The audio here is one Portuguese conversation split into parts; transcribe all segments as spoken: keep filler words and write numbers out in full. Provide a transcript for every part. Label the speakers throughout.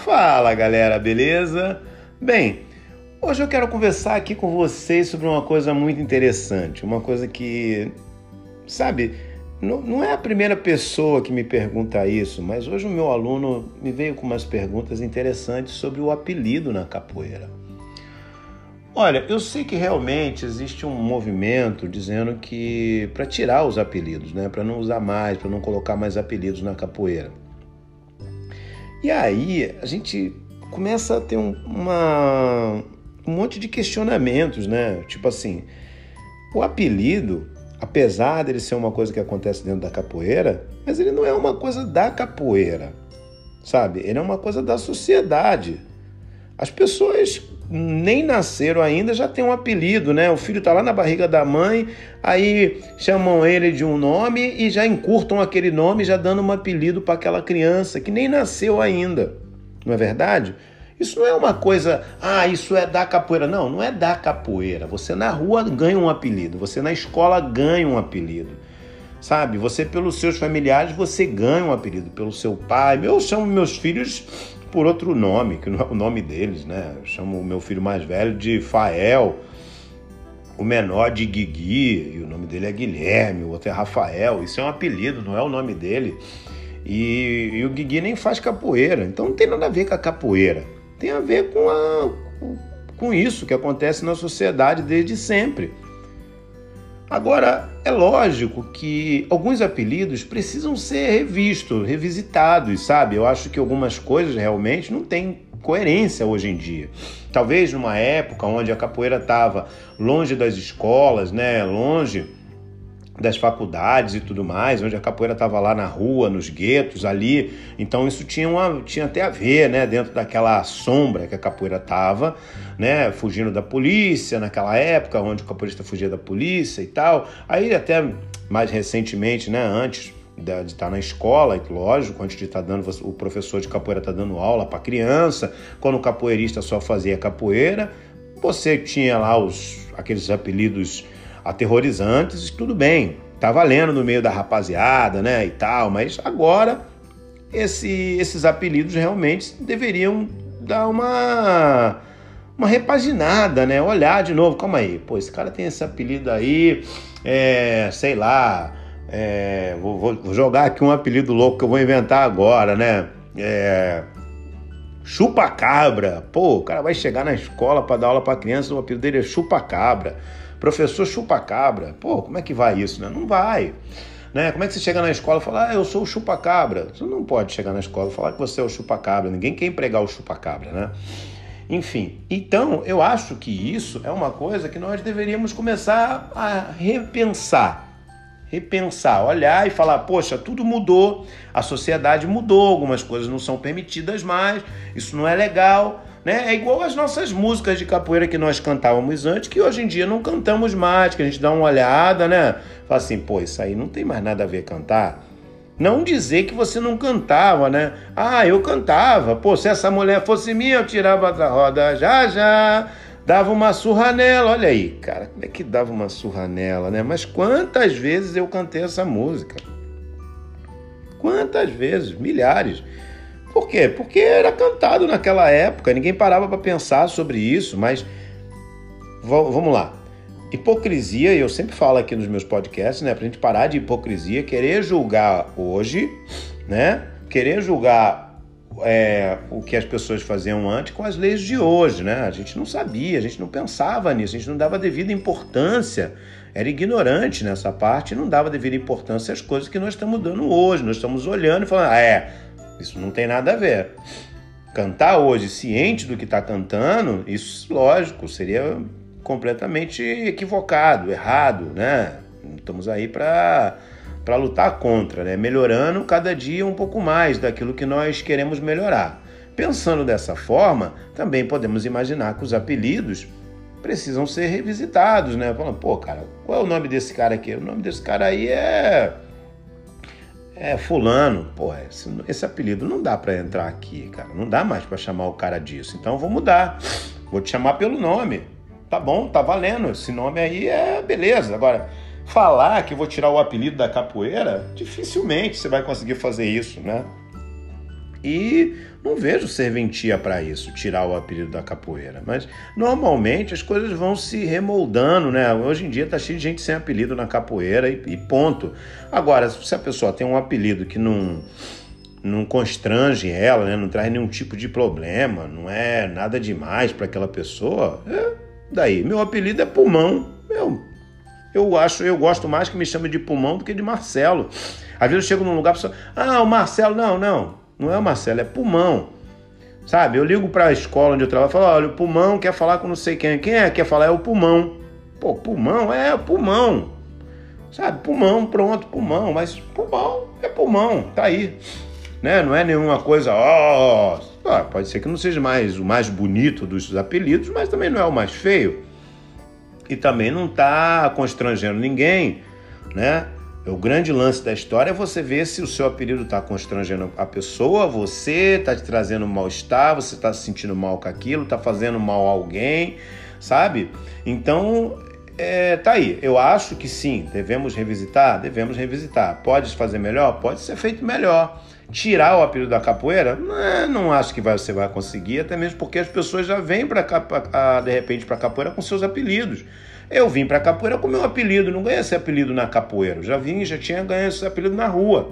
Speaker 1: Fala galera, beleza? Bem, hoje eu quero conversar aqui com vocês sobre uma coisa muito interessante, uma coisa que, sabe, não, não é a primeira pessoa que me pergunta isso, mas hoje o meu aluno me veio com umas perguntas interessantes sobre o apelido na capoeira. Olha, eu sei que realmente existe um movimento dizendo que para tirar os apelidos, né, para não usar mais, para não colocar mais apelidos na capoeira. E aí a gente começa a ter um, uma, um monte de questionamentos, né? Tipo assim, o apelido, apesar dele ser uma coisa que acontece dentro da capoeira, mas ele não é uma coisa da capoeira, sabe? Ele é uma coisa da sociedade. As pessoas nem nasceram ainda, já tem um apelido, né? O filho tá lá na barriga da mãe, aí chamam ele de um nome e já encurtam aquele nome, já dando um apelido para aquela criança que nem nasceu ainda. Não é verdade? Isso não é uma coisa, ah, isso é da capoeira. Não, não é da capoeira. Você na rua ganha um apelido, você na escola ganha um apelido. Sabe? Você pelos seus familiares, você ganha um apelido, pelo seu pai. Eu chamo meus filhos por outro nome, que não é o nome deles, né? Eu chamo o meu filho mais velho de Fael, o menor de Guigui, e o nome dele é Guilherme, o outro é Rafael. Isso é um apelido, não é o nome dele. E, e o Guigui nem faz capoeira, então não tem nada a ver com a capoeira. Tem a ver com, a, com isso que acontece na sociedade desde sempre. Agora, é lógico que alguns apelidos precisam ser revistos, revisitados, sabe? Eu acho que algumas coisas realmente não têm coerência hoje em dia. Talvez numa época onde a capoeira estava longe das escolas, né? Longe das faculdades e tudo mais, onde a capoeira estava lá na rua, nos guetos, ali. Então isso tinha, uma, tinha até a ver, né? Dentro daquela sombra que a capoeira estava, né? Fugindo da polícia naquela época, onde o capoeirista fugia da polícia e tal. Aí até mais recentemente, né? Antes de estar na escola, lógico, antes de estar dando, o professor de capoeira está dando aula para criança, quando o capoeirista só fazia capoeira, você tinha lá os, aqueles apelidos aterrorizantes, tudo bem, tá valendo no meio da rapaziada, né, e tal, mas agora esse, esses apelidos realmente deveriam dar uma, uma repaginada, né, olhar de novo, calma aí, pô, esse cara tem esse apelido aí, é, sei lá, é, vou, vou jogar aqui um apelido louco que eu vou inventar agora, né, é... Chupa-cabra. Pô, o cara vai chegar na escola para dar aula para criança, o apelido dele é chupa-cabra. Professor chupa-cabra. Pô, como é que vai isso, né? Não vai. Né? Como é que você chega na escola e fala, ah, eu sou o chupa-cabra? Você não pode chegar na escola e falar que você é o chupa-cabra. Ninguém quer empregar o chupa-cabra, né? Enfim, então eu acho que isso é uma coisa que nós deveríamos começar a repensar. Repensar, olhar e falar, poxa, tudo mudou, a sociedade mudou, algumas coisas não são permitidas mais, isso não é legal, né? É igual as nossas músicas de capoeira que nós cantávamos antes, que hoje em dia não cantamos mais, que a gente dá uma olhada, né? Fala assim, pô, isso aí não tem mais nada a ver cantar. Não dizer que você não cantava, né? Ah, eu cantava, pô, se essa mulher fosse minha, eu tirava da roda já já. Dava uma surra nela, olha aí, cara, como é que dava uma surra nela, né? Mas quantas vezes eu cantei essa música? Quantas vezes? Milhares. Por quê? Porque era cantado naquela época, ninguém parava para pensar sobre isso, mas v- vamos lá. Hipocrisia, e eu sempre falo aqui nos meus podcasts, né? Pra gente parar de hipocrisia, querer julgar hoje, né? Querer julgar É, o que as pessoas faziam antes com as leis de hoje, né? A gente não sabia, a gente não pensava nisso, a gente não dava devida importância, era ignorante nessa parte, não dava devida importância às coisas que nós estamos dando hoje. Nós estamos olhando e falando, ah, é, isso não tem nada a ver. Cantar hoje, ciente do que está cantando, isso, lógico, seria completamente equivocado, errado, né? Estamos aí para... para lutar contra, né? Melhorando cada dia um pouco mais daquilo que nós queremos melhorar. Pensando dessa forma, também podemos imaginar que os apelidos precisam ser revisitados, né? Falando, pô, cara, qual é o nome desse cara aqui? O nome desse cara aí é... é fulano. Pô, esse, esse apelido não dá para entrar aqui, cara. Não dá mais para chamar o cara disso. Então eu vou mudar. Vou te chamar pelo nome. Tá bom, tá valendo. Esse nome aí é beleza. Agora... falar que vou tirar o apelido da capoeira, dificilmente você vai conseguir fazer isso, né? E não vejo serventia para isso, tirar o apelido da capoeira. Mas normalmente as coisas vão se remoldando, né? Hoje em dia tá cheio de gente sem apelido na capoeira e, e ponto. Agora, se a pessoa tem um apelido que não, não constrange ela, né? Não traz nenhum tipo de problema, não é nada demais para aquela pessoa, é daí. Meu apelido é Pulmão. Eu, eu acho, eu gosto mais que me chame de Pulmão do que de Marcelo. Às vezes eu chego num lugar e a pessoa, ah, o Marcelo, não, não, não é o Marcelo, é Pulmão. Sabe, eu ligo para a escola onde eu trabalho e falo, olha, o Pulmão quer falar com não sei quem. Quem é que quer falar? É o Pulmão. Pô, Pulmão? É, o Pulmão. Sabe, Pulmão, pronto, Pulmão. Mas Pulmão é Pulmão, tá aí. Né? Não é nenhuma coisa, ó... Oh, ah, pode ser que não seja mais o mais bonito dos apelidos, mas também não é o mais feio. E também não tá constrangendo ninguém, né? O grande lance da história é você ver se o seu apelido está constrangendo a pessoa, você está te trazendo mal-estar, você está se sentindo mal com aquilo, está fazendo mal a alguém, sabe? Então, é, tá aí. Eu acho que sim, devemos revisitar? Devemos revisitar. Pode fazer melhor? Pode ser feito melhor. Tirar o apelido da capoeira? Não, não acho que vai, você vai conseguir, até mesmo porque as pessoas já vêm, pra, a, de repente, para a capoeira com seus apelidos. Eu vim pra capoeira com meu apelido, não ganhei esse apelido na capoeira. Eu já vim, já tinha ganho esse apelido na rua.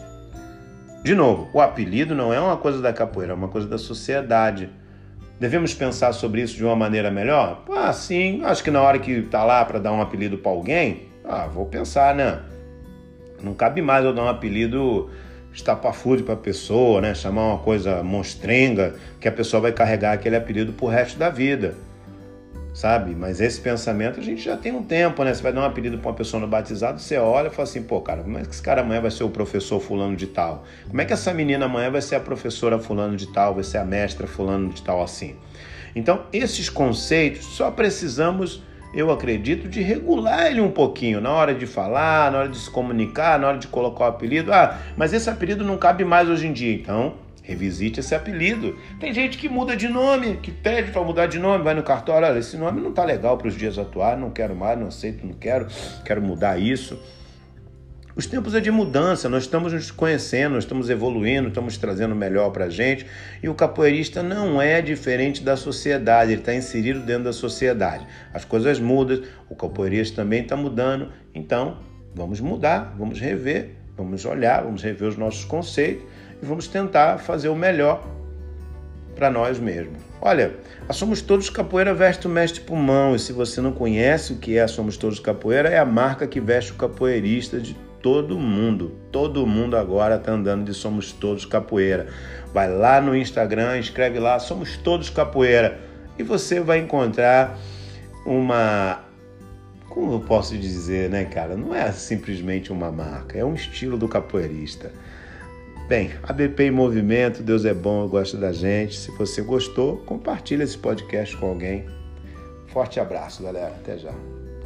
Speaker 1: De novo, o apelido não é uma coisa da capoeira, é uma coisa da sociedade. Devemos pensar sobre isso de uma maneira melhor? Ah, sim, acho que na hora que tá lá para dar um apelido para alguém, ah, vou pensar, né? Não cabe mais eu dar um apelido estapafúrdio pra pessoa, né? Chamar uma coisa monstrenga, que a pessoa vai carregar aquele apelido pro resto da vida. Sabe? Mas esse pensamento a gente já tem um tempo, né? Você vai dar um apelido para uma pessoa no batizado, você olha e fala assim, pô, cara, como é que esse cara amanhã vai ser o professor fulano de tal? Como é que essa menina amanhã vai ser a professora fulano de tal, vai ser a mestra fulano de tal assim? Então, esses conceitos só precisamos, eu acredito, de regular ele um pouquinho, na hora de falar, na hora de se comunicar, na hora de colocar o apelido. Ah, mas esse apelido não cabe mais hoje em dia, então revisite esse apelido. Tem gente que muda de nome, que pede para mudar de nome, vai no cartório, olha, esse nome não tá legal para os dias atuais, não quero mais, não aceito, não quero, quero mudar isso. Os tempos é de mudança, nós estamos nos conhecendo, nós estamos evoluindo, estamos trazendo o melhor para a gente, e o capoeirista não é diferente da sociedade, ele está inserido dentro da sociedade. As coisas mudam, o capoeirista também está mudando, então vamos mudar, vamos rever, vamos olhar, vamos rever os nossos conceitos, e vamos tentar fazer o melhor para nós mesmos. Olha, a Somos Todos Capoeira veste o mestre Pulmão, e se você não conhece o que é a Somos Todos Capoeira, é a marca que veste o capoeirista de todo mundo. Todo mundo agora está andando de Somos Todos Capoeira. Vai lá no Instagram, escreve lá Somos Todos Capoeira, e você vai encontrar uma... Como eu posso dizer, né, cara? Não é simplesmente uma marca, é um estilo do capoeirista. Bem, A B P em movimento, Deus é bom, eu gosto da gente. Se você gostou, compartilha esse podcast com alguém. Forte abraço, galera. Até já.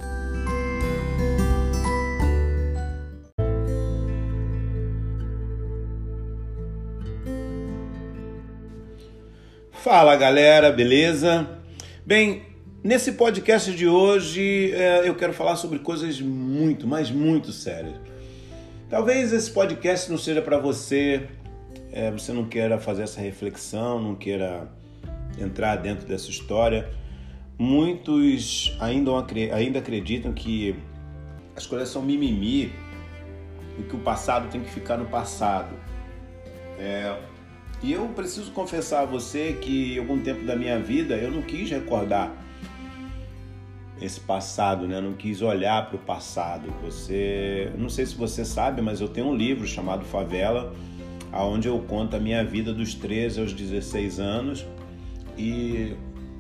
Speaker 1: Fala, galera, beleza? Bem, nesse podcast de hoje é, eu quero falar sobre coisas muito, mas muito sérias. Talvez esse podcast não seja para você, é, você não queira fazer essa reflexão, não queira entrar dentro dessa história. Muitos ainda, ainda acreditam que as coisas são mimimi e que o passado tem que ficar no passado. É, e eu preciso confessar a você que em algum tempo da minha vida eu não quis recordar esse passado, né? Não quis olhar para o passado. Você, não sei se você sabe, mas eu tenho um livro chamado Favela, onde eu conto a minha vida dos treze aos dezesseis anos, e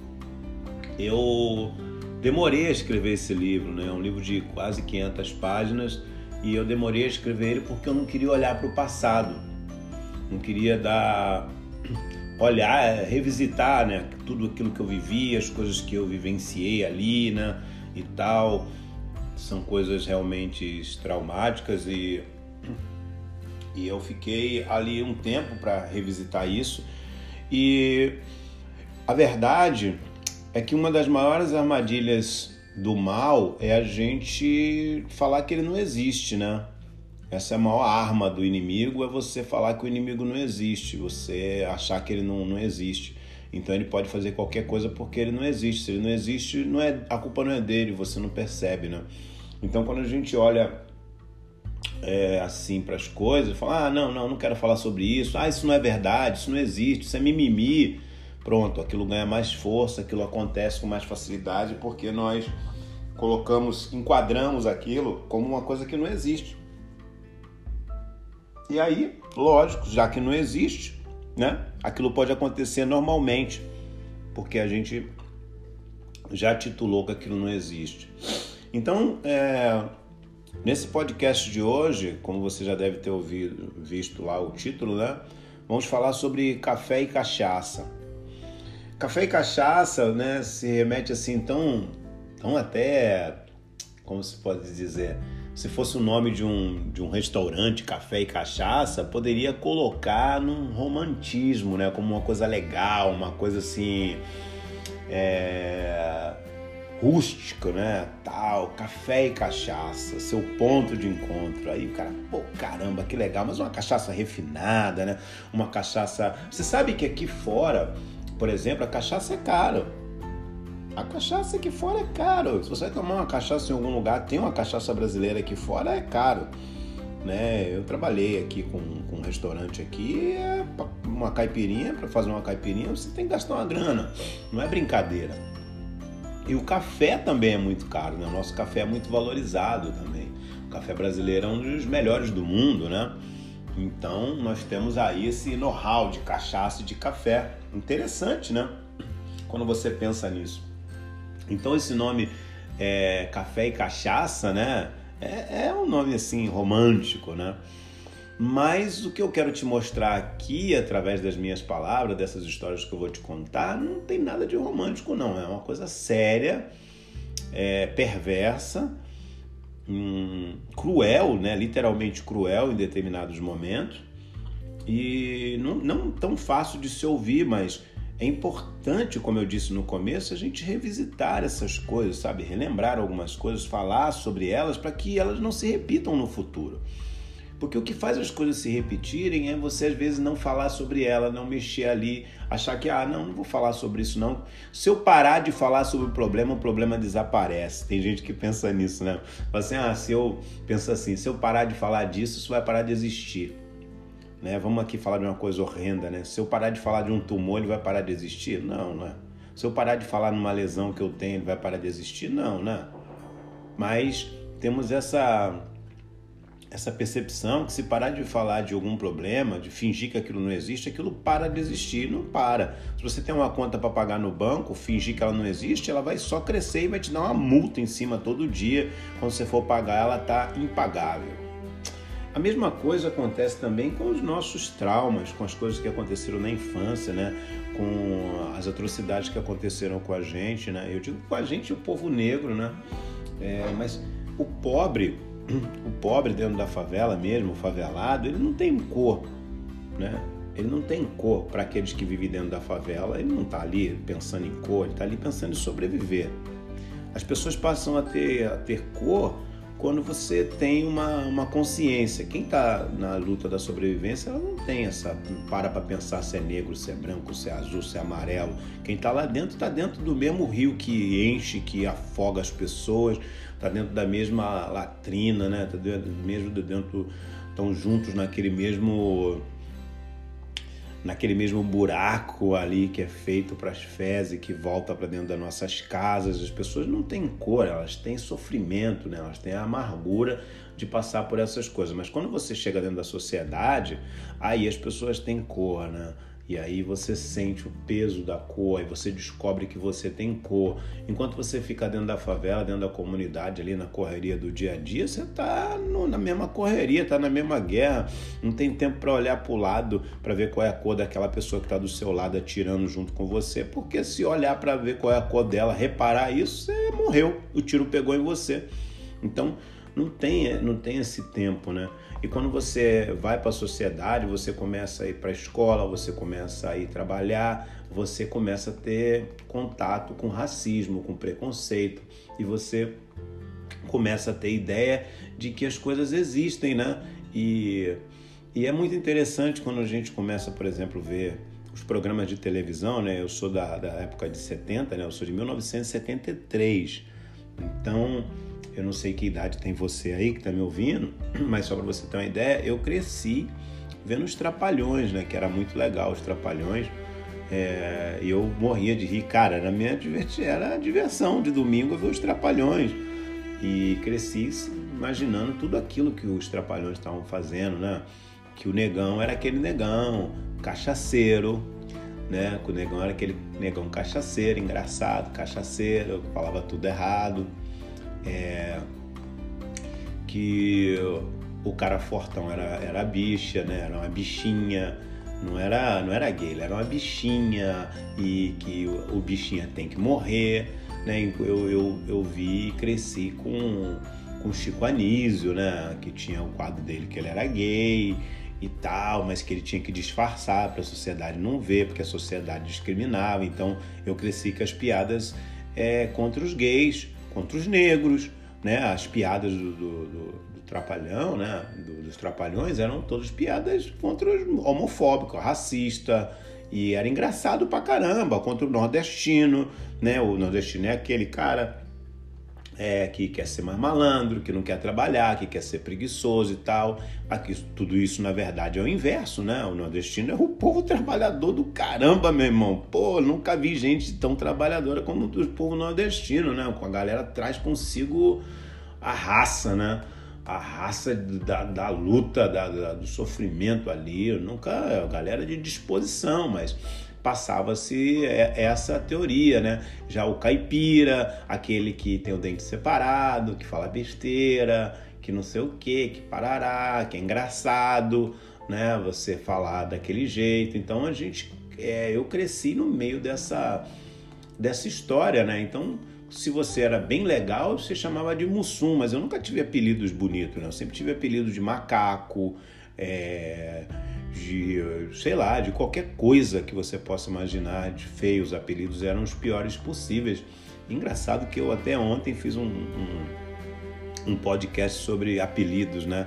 Speaker 1: eu demorei a escrever esse livro, né? É um livro de quase quinhentas páginas, e eu demorei a escrever ele porque eu não queria olhar para o passado, não queria dar... olhar, revisitar, né, tudo aquilo que eu vivi, as coisas que eu vivenciei ali, né, e tal. São coisas realmente traumáticas e, e eu fiquei ali um tempo para revisitar isso. E a verdade é que uma das maiores armadilhas do mal é a gente falar que ele não existe, né? Essa é a maior arma do inimigo, é você falar que o inimigo não existe, você achar que ele não, não existe. Então ele pode fazer qualquer coisa porque ele não existe. Se ele não existe, não é, a culpa não é dele, você não percebe, né? Então quando a gente olha é, assim para as coisas, fala, ah, não, não, não quero falar sobre isso, ah, isso não é verdade, isso não existe, isso é mimimi, pronto, aquilo ganha mais força, aquilo acontece com mais facilidade porque nós colocamos, enquadramos aquilo como uma coisa que não existe. E aí, lógico, já que não existe, né, aquilo pode acontecer normalmente, porque a gente já titulou que aquilo não existe. Então, é, nesse podcast de hoje, como você já deve ter ouvido, visto lá o título, né, vamos falar sobre café e cachaça. Café e cachaça, né, se remete assim tão, tão até, como se pode dizer, se fosse o nome de um, de um restaurante, café e cachaça, poderia colocar num romantismo, né? Como uma coisa legal, uma coisa assim, é, rústica, né? Tal, café e cachaça, seu ponto de encontro. Aí o cara, pô, caramba, que legal, mas uma cachaça refinada, né? Uma cachaça... Você sabe que aqui fora, por exemplo, a cachaça é cara. A cachaça aqui fora é caro. Se você vai tomar uma cachaça em algum lugar, tem uma cachaça brasileira aqui fora, é caro, né? Eu trabalhei aqui com, com um restaurante aqui, é uma caipirinha, para fazer uma caipirinha você tem que gastar uma grana, não é brincadeira. E o café também é muito caro, né? O nosso café é muito valorizado também. O café brasileiro é um dos melhores do mundo, né? Então nós temos aí esse know-how de cachaça e de café. Interessante, né? Quando você pensa nisso. Então esse nome é, café e cachaça, né? É, é um nome assim romântico, né? Mas o que eu quero te mostrar aqui, através das minhas palavras, dessas histórias que eu vou te contar, não tem nada de romântico não. É uma coisa séria, é, perversa, hum, cruel, né? Literalmente cruel em determinados momentos. E não, não tão fácil de se ouvir, mas... é importante, como eu disse no começo, a gente revisitar essas coisas, sabe? Relembrar algumas coisas, falar sobre elas para que elas não se repitam no futuro. Porque o que faz as coisas se repetirem é você, às vezes, não falar sobre ela, não mexer ali, achar que, ah, não, não vou falar sobre isso, não. Se eu parar de falar sobre o problema, o problema desaparece. Tem gente que pensa nisso, né? Fala assim, ah, se eu... pensa assim, se eu parar de falar disso, isso vai parar de existir. Né? Vamos aqui falar de uma coisa horrenda, né? Se eu parar de falar de um tumor, ele vai parar de existir? Não, não é. Se eu parar de falar numa lesão que eu tenho, ele vai parar de existir? Não, né? Mas temos essa, essa percepção que se parar de falar de algum problema, de fingir que aquilo não existe, aquilo para de existir. Não para. Se você tem uma conta para pagar no banco, fingir que ela não existe, ela vai só crescer e vai te dar uma multa em cima todo dia. Quando você for pagar, ela está impagável. A mesma coisa acontece também com os nossos traumas, com as coisas que aconteceram na infância, né? Com as atrocidades que aconteceram com a gente, né? Eu digo com a gente, o povo negro, né? É, mas o pobre, o pobre dentro da favela mesmo, o favelado, ele não tem cor, né? Ele não tem cor para aqueles que vivem dentro da favela, ele não está ali pensando em cor, ele está ali pensando em sobreviver. As pessoas passam a ter, a ter cor quando você tem uma, uma consciência. Quem está na luta da sobrevivência, ela não tem essa... não para para pensar se é negro, se é branco, se é azul, se é amarelo. Quem está lá dentro, está dentro do mesmo rio que enche, que afoga as pessoas, está dentro da mesma latrina, né? Está dentro, mesmo dentro, estão juntos naquele mesmo... naquele mesmo buraco ali que é feito para as fezes, que volta para dentro das nossas casas. As pessoas não têm cor, elas têm sofrimento, né? Elas têm a amargura de passar por essas coisas. Mas quando você chega dentro da sociedade, aí as pessoas têm cor, né? E aí você sente o peso da cor, e você descobre que você tem cor. Enquanto você fica dentro da favela, dentro da comunidade, ali na correria do dia a dia, você tá no, na mesma correria, tá na mesma guerra. Não tem tempo para olhar para o lado, para ver qual é a cor daquela pessoa que está do seu lado atirando junto com você. Porque se olhar para ver qual é a cor dela, reparar isso, você morreu. O tiro pegou em você. Então, não tem, não tem esse tempo, né? E quando você vai para a sociedade, você começa a ir para a escola, você começa a ir trabalhar, você começa a ter contato com racismo, com preconceito, e você começa a ter ideia de que as coisas existem, né? E, e é muito interessante quando a gente começa, por exemplo, ver os programas de televisão, né? Eu sou da, da época de setenta, né? Eu sou de mil novecentos e setenta e três. Então, eu não sei que idade tem você aí que está me ouvindo, mas só para você ter uma ideia, eu cresci vendo os Trapalhões, né? Que era muito legal, os Trapalhões. É, e eu morria de rir. Cara, era a minha diverti- era a diversão de domingo ver os Trapalhões. E cresci imaginando tudo aquilo que os Trapalhões estavam fazendo, né? Que o negão era aquele negão cachaceiro, né? Que o negão era aquele negão cachaceiro, engraçado, cachaceiro, falava tudo errado. É, que o cara fortão era, era bicha, né? Era uma bichinha, não era, não era gay, ele era uma bichinha e que o, o bichinha tem que morrer, né? Eu, eu, eu vi e cresci com, com Chico Anísio, né? Que tinha o quadro dele que ele era gay e tal, mas que ele tinha que disfarçar para a sociedade não ver, porque a sociedade discriminava. Então eu cresci com as piadas é, contra os gays, contra os negros, né? As piadas do, do, do, do Trapalhão, né? Do, dos Trapalhões eram todas piadas contra os homofóbicos, racista, e era engraçado pra caramba, contra o nordestino, né? O nordestino é aquele cara é, que quer ser mais malandro, que não quer trabalhar, que quer ser preguiçoso e tal. Aqui, tudo isso, na verdade, é o inverso, né? O nordestino é o povo trabalhador do caramba, meu irmão. Pô, nunca vi gente tão trabalhadora como o povo nordestino, né? A galera traz consigo a raça, né? A raça da, da luta, da, da, do sofrimento ali. Eu nunca... A galera de disposição, mas... passava-se essa teoria, né? Já o caipira, aquele que tem o dente separado, que fala besteira, que não sei o que, que parará, que é engraçado, né? Você falar daquele jeito. Então a gente, é, eu cresci no meio dessa, dessa história, né? Então, se você era bem legal, você chamava de Mussum, mas eu nunca tive apelidos bonitos, né? Eu sempre tive apelido de macaco, é... de, sei lá, de qualquer coisa que você possa imaginar de feio. Os apelidos eram os piores possíveis. Engraçado que eu até ontem fiz um, um, um podcast sobre apelidos, né?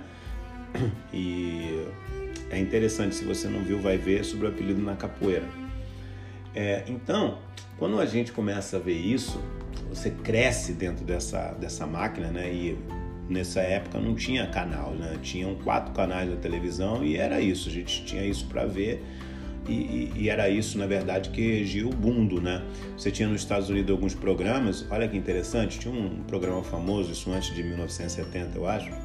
Speaker 1: E é interessante, se você não viu, vai ver, sobre o apelido na capoeira. É, então, quando a gente começa a ver isso, você cresce dentro dessa, dessa máquina, né? E nessa época não tinha canal, né? Tinham quatro canais na televisão e era isso, a gente tinha isso para ver e, e, e era isso, na verdade, que regia o mundo, né? Você tinha nos Estados Unidos alguns programas, olha que interessante, tinha um programa famoso, isso antes de mil novecentos e setenta, eu acho,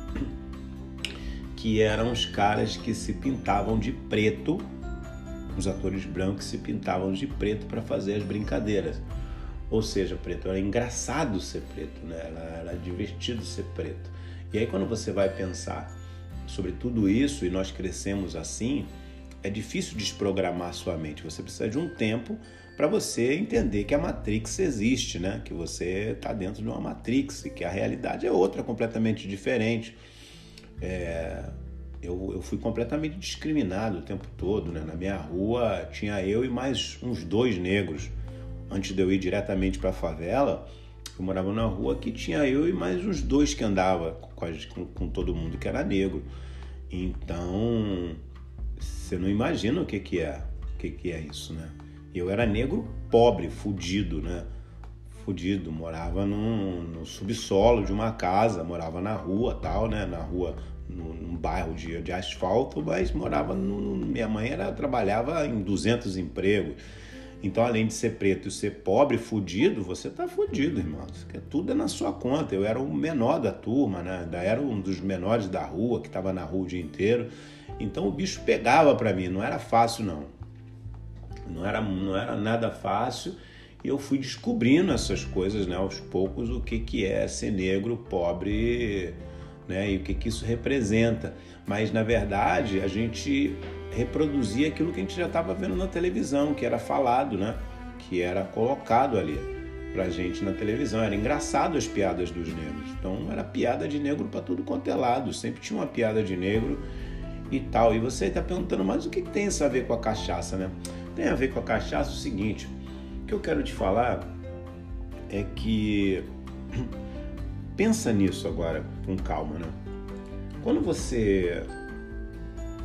Speaker 1: que eram os caras que se pintavam de preto, os atores brancos se pintavam de preto para fazer as brincadeiras. Ou seja, preto era engraçado ser preto, né? Era, era divertido ser preto. E aí quando você vai pensar sobre tudo isso e nós crescemos assim, é difícil desprogramar sua mente. Você precisa de um tempo para você entender que a Matrix existe, né? Que você está dentro de uma Matrix e que a realidade é outra, completamente diferente. É... Eu, eu fui completamente discriminado o tempo todo, né? Na minha rua tinha eu e mais uns dois negros. Antes de eu ir diretamente para a favela, eu morava numa rua que tinha eu e mais uns dois que andava com, a, com, com todo mundo que era negro. Então, você não imagina o que, que é, o que, que é isso, né? Eu era negro pobre, fudido, né? Fudido, morava num, no subsolo de uma casa, morava na rua, tal, né? Na rua, no, num bairro de, de asfalto, mas morava no... Minha mãe era, trabalhava em duzentos empregos. Então, além de ser preto e ser pobre, fudido, você tá fudido, irmão. Tudo é na sua conta. Eu era o menor da turma, né? Ainda era um dos menores da rua, que tava na rua o dia inteiro. Então, o bicho pegava pra mim. Não era fácil, não. Não era, não era nada fácil. E eu fui descobrindo essas coisas, né? Aos poucos, o que, que é ser negro, pobre, né? E o que, que isso representa. Mas, na verdade, a gente reproduzia aquilo que a gente já estava vendo na televisão, que era falado, né? Que era colocado ali pra gente na televisão. Era engraçado as piadas dos negros. Então era piada de negro para tudo quanto é lado. Sempre tinha uma piada de negro e tal. E você está perguntando, mas o que tem isso a ver com a cachaça, né? Tem a ver com a cachaça o seguinte: o que eu quero te falar é que pensa nisso agora com calma, né? Quando você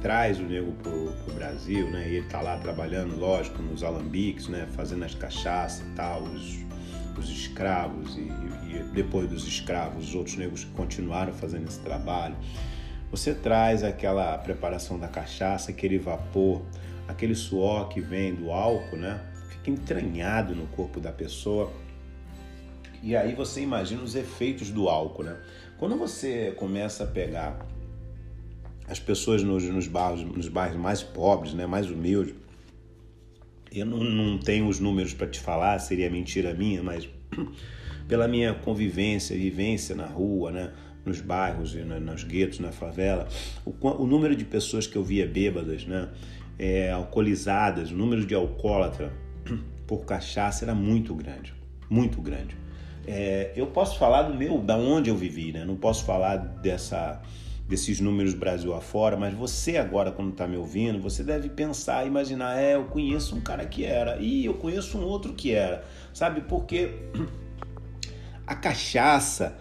Speaker 1: traz o negro pro, pro Brasil, né? E ele tá lá trabalhando, lógico, nos alambiques, né? Fazendo as cachaças e tal, os, os escravos e, e depois dos escravos, os outros negros que continuaram fazendo esse trabalho. Você traz aquela preparação da cachaça, aquele vapor, aquele suor que vem do álcool, né? Fica entranhado no corpo da pessoa. E aí você imagina os efeitos do álcool, né? Quando você começa a pegar as pessoas nos, nos, bairros, nos bairros mais pobres, né? Mais humildes, eu não, não tenho os números para te falar, seria mentira minha, mas pela minha convivência, vivência na rua, né? Nos bairros e na, nos guetos, na favela, o, o número de pessoas que eu via bêbadas, né? É, alcoolizadas, o número de alcoólatra por cachaça era muito grande, muito grande. É, eu posso falar do meu, da onde eu vivi, né? Não posso falar dessa, desses números Brasil afora, mas você agora, quando está me ouvindo, você deve pensar, imaginar, é, eu conheço um cara que era, e eu conheço um outro que era, sabe? Porque a cachaça,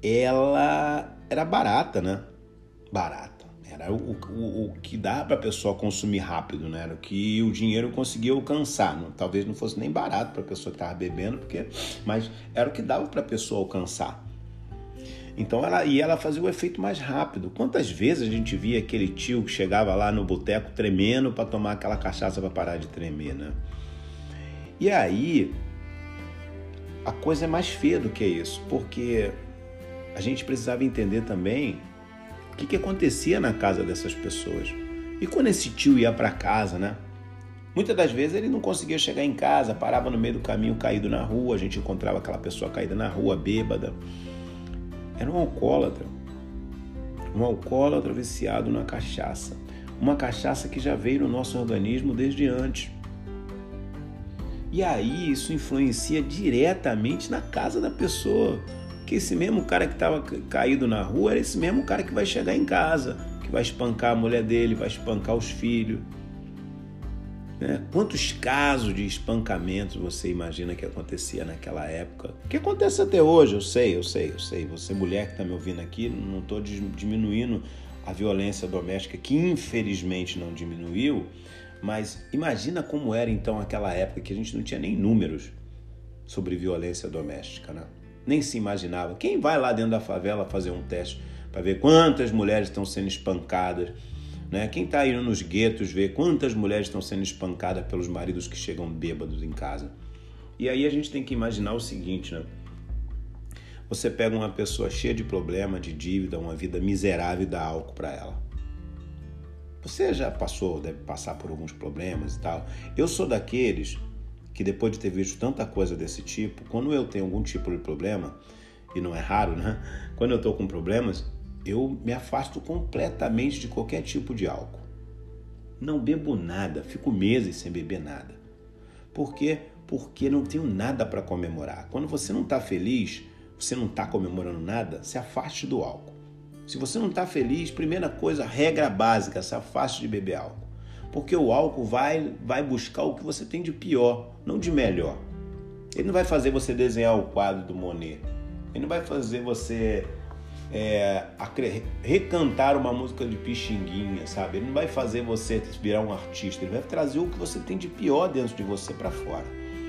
Speaker 1: ela era barata, né? Barata. Era o, o, o que dá para a pessoa consumir rápido, né? Era o que o dinheiro conseguia alcançar. Não, talvez não fosse nem barato para a pessoa que estava bebendo, porque, mas era o que dava para a pessoa alcançar. Então ela, e ela fazia o efeito mais rápido. Quantas vezes a gente via aquele tio que chegava lá no boteco tremendo para tomar aquela cachaça para parar de tremer, né? E aí a coisa é mais feia do que isso, porque a gente precisava entender também o que, que acontecia na casa dessas pessoas. E quando esse tio ia para casa, né? Muitas das vezes ele não conseguia chegar em casa, parava no meio do caminho caído na rua, a gente encontrava aquela pessoa caída na rua, bêbada. Era um alcoólatra. Um alcoólatra viciado na cachaça. Uma cachaça que já veio no nosso organismo desde antes. E aí isso influencia diretamente na casa da pessoa. Que esse mesmo cara que estava caído na rua era esse mesmo cara que vai chegar em casa, que vai espancar a mulher dele, vai espancar os filhos. Né? Quantos casos de espancamento você imagina que acontecia naquela época? Que acontece até hoje, eu sei, eu sei, eu sei. Você, mulher que está me ouvindo aqui, não estou diminuindo a violência doméstica, que infelizmente não diminuiu, mas imagina como era então aquela época que a gente não tinha nem números sobre violência doméstica, né? Nem se imaginava. Quem vai lá dentro da favela fazer um teste para ver quantas mulheres estão sendo espancadas, né? Quem está indo nos guetos ver quantas mulheres estão sendo espancadas pelos maridos que chegam bêbados em casa. E aí a gente tem que imaginar o seguinte, né? Você pega uma pessoa cheia de problema, de dívida, uma vida miserável e dá álcool para ela. Você já passou, deve passar por alguns problemas e tal. Eu sou daqueles que depois de ter visto tanta coisa desse tipo, quando eu tenho algum tipo de problema, e não é raro, né? Quando eu tô com problemas, eu me afasto completamente de qualquer tipo de álcool. Não bebo nada, fico meses sem beber nada. Por quê? Porque não tenho nada para comemorar. Quando você não tá feliz, você não tá comemorando nada, se afaste do álcool. Se você não tá feliz, primeira coisa, regra básica, se afaste de beber álcool. Porque o álcool vai, vai buscar o que você tem de pior, não de melhor. Ele não vai fazer você desenhar o quadro do Monet. Ele não vai fazer você é, recantar uma música de Pixinguinha, sabe? Ele não vai fazer você virar um artista. Ele vai trazer o que você tem de pior dentro de você para fora.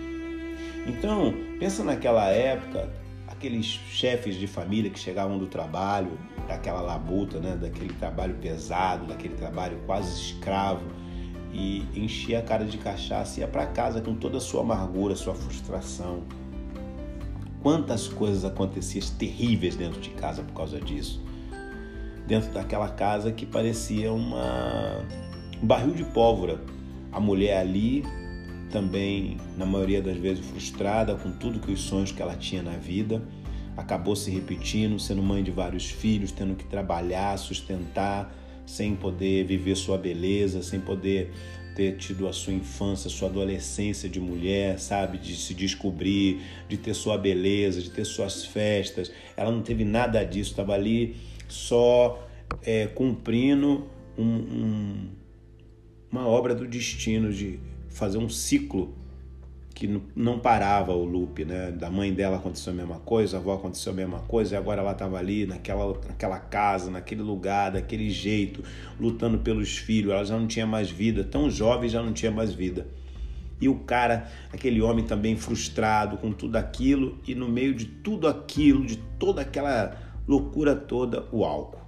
Speaker 1: Então, pensa naquela época, aqueles chefes de família que chegavam do trabalho, daquela labuta, né? Daquele trabalho pesado, daquele trabalho quase escravo, e enchia a cara de cachaça e ia para casa com toda a sua amargura, sua frustração. Quantas coisas aconteciam terríveis dentro de casa por causa disso. Dentro daquela casa que parecia uma, um barril de pólvora. A mulher ali também, na maioria das vezes, frustrada com tudo que os sonhos que ela tinha na vida, acabou se repetindo, sendo mãe de vários filhos, tendo que trabalhar, sustentar, sem poder viver sua beleza, sem poder ter tido a sua infância, sua adolescência de mulher, sabe? De se descobrir, de ter sua beleza, de ter suas festas. Ela não teve nada disso, estava ali só é, cumprindo um, um, uma obra do destino, de fazer um ciclo que não parava o loop, né? Da mãe dela aconteceu a mesma coisa, a avó aconteceu a mesma coisa, e agora ela estava ali naquela, naquela casa, naquele lugar, daquele jeito, lutando pelos filhos. Ela já não tinha mais vida, tão jovem já não tinha mais vida. E o cara, aquele homem também frustrado com tudo aquilo, e no meio de tudo aquilo, de toda aquela loucura toda, o álcool.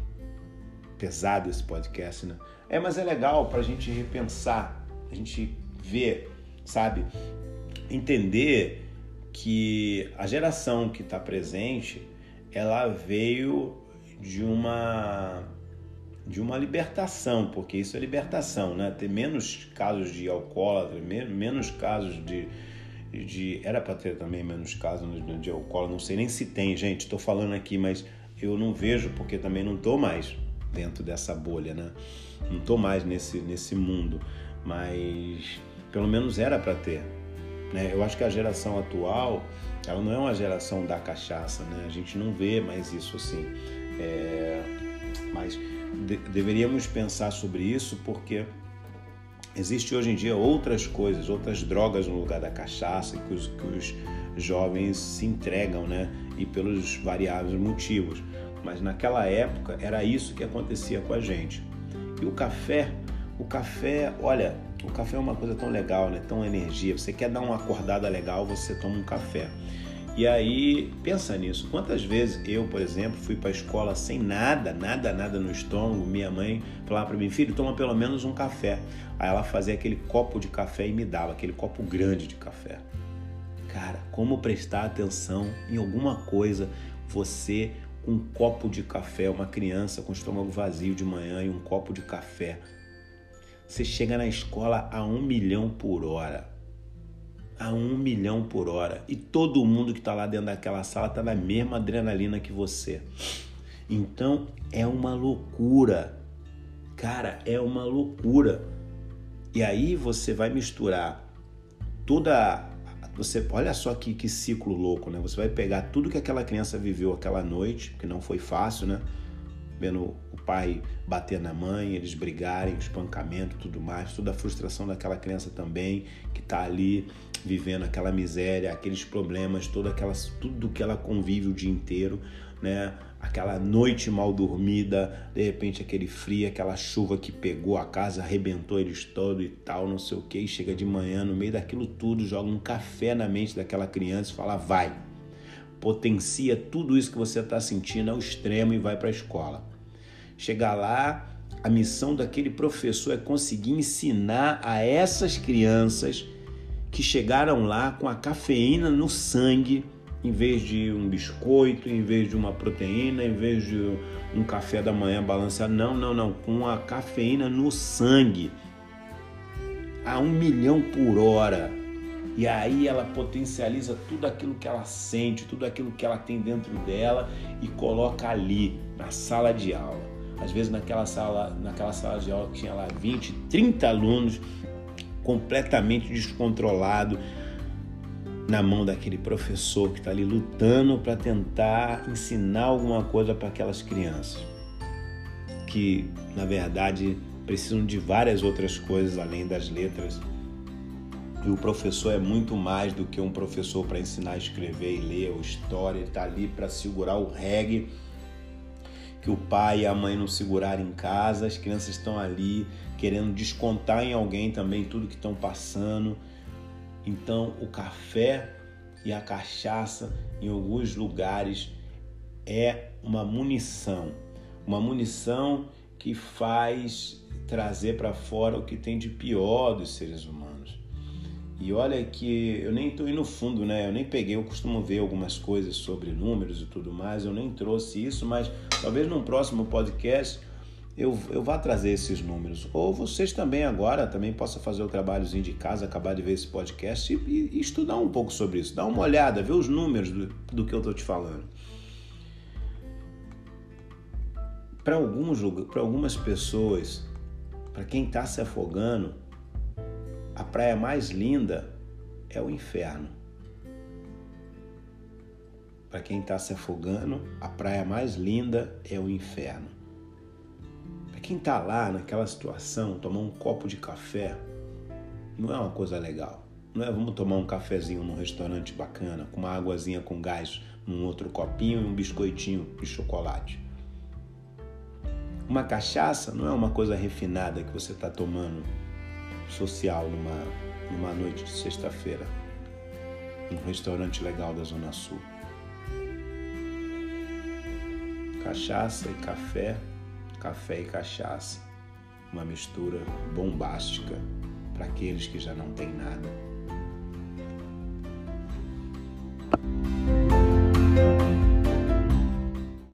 Speaker 1: Pesado esse podcast, né? É, mas é legal pra gente repensar, a gente ver, sabe? Entender que a geração que está presente, ela veio de uma de uma libertação, porque isso é libertação, né? Ter menos casos de alcoólatra, menos casos de, de era para ter também menos casos de alcoólatra, não sei nem se tem, gente, estou falando aqui, mas eu não vejo, porque também não estou mais dentro dessa bolha, né? Não estou mais nesse, nesse mundo, mas pelo menos era para ter. Eu acho que a geração atual, ela não é uma geração da cachaça, né? A gente não vê mais isso assim. É... Mas de- deveríamos pensar sobre isso, porque existe hoje em dia outras coisas, outras drogas no lugar da cachaça, que os, que os jovens se entregam, né? E pelos variáveis motivos. Mas naquela época era isso que acontecia com a gente. E o café, o café, olha... O café é uma coisa tão legal, né? Tão energia. Você quer dar uma acordada legal, você toma um café. E aí, pensa nisso. Quantas vezes eu, por exemplo, fui para a escola sem nada, nada, nada no estômago. Minha mãe falava para mim, filho, toma pelo menos um café. Aí ela fazia aquele copo de café e me dava, aquele copo grande de café. Cara, como prestar atenção em alguma coisa, você com um copo de café, uma criança com o estômago vazio de manhã e um copo de café. Você chega na escola a um milhão por hora. A um milhão por hora. E todo mundo que está lá dentro daquela sala está na mesma adrenalina que você. Então, é uma loucura. Cara, é uma loucura. E aí você vai misturar toda... Você, olha só que, que ciclo louco, né? Você vai pegar tudo que aquela criança viveu aquela noite, que não foi fácil, né? Vendo o pai bater na mãe, eles brigarem, o espancamento, tudo mais, toda a frustração daquela criança também, que está ali vivendo aquela miséria, aqueles problemas, toda aquela, tudo que ela convive o dia inteiro, né? Aquela noite mal dormida, de repente aquele frio, aquela chuva que pegou a casa, arrebentou eles todo e tal, não sei o que, e chega de manhã, no meio daquilo tudo, joga um café na mente daquela criança e fala, vai. Potencia tudo isso que você está sentindo ao extremo e vai para a escola. Chegar lá, a missão daquele professor é conseguir ensinar a essas crianças que chegaram lá com a cafeína no sangue, em vez de um biscoito, em vez de uma proteína, em vez de um café da manhã balanceado. Não, não, não, com a cafeína no sangue, a um milhão por hora. E aí ela potencializa tudo aquilo que ela sente, tudo aquilo que ela tem dentro dela e coloca ali, na sala de aula. Às vezes naquela sala, naquela sala de aula que tinha lá vinte, trinta alunos completamente descontrolado na mão daquele professor que está ali lutando para tentar ensinar alguma coisa para aquelas crianças que, na verdade, precisam de várias outras coisas além das letras. E o professor é muito mais do que um professor para ensinar a escrever e ler ou história. Ele está ali para segurar o reggae que o pai e a mãe não seguraram em casa. As crianças estão ali querendo descontar em alguém também tudo que estão passando. Então, o café e a cachaça, em alguns lugares, é uma munição. Uma munição que faz trazer para fora o que tem de pior dos seres humanos. E olha que eu nem estou indo fundo, né? Eu nem peguei, eu costumo ver algumas coisas sobre números e tudo mais, eu nem trouxe isso, mas talvez num próximo podcast eu, eu vá trazer esses números. Ou vocês também agora também possam fazer o trabalhozinho de casa, acabar de ver esse podcast e, e, e estudar um pouco sobre isso. Dá uma olhada, ver os números do, do que eu estou te falando. Para alguns, para algumas pessoas, para quem está se afogando, a praia mais linda é o inferno. Para quem está se afogando, a praia mais linda é o inferno. Para quem está lá naquela situação, tomar um copo de café não é uma coisa legal. não é? Vamos tomar um cafezinho num restaurante bacana, com uma águazinha com gás num outro copinho e um biscoitinho de chocolate. Uma cachaça não é uma coisa refinada que você está tomando social numa, numa noite de sexta-feira, num restaurante legal da Zona Sul. Cachaça e café, café e cachaça. Uma mistura bombástica para aqueles que já não têm nada.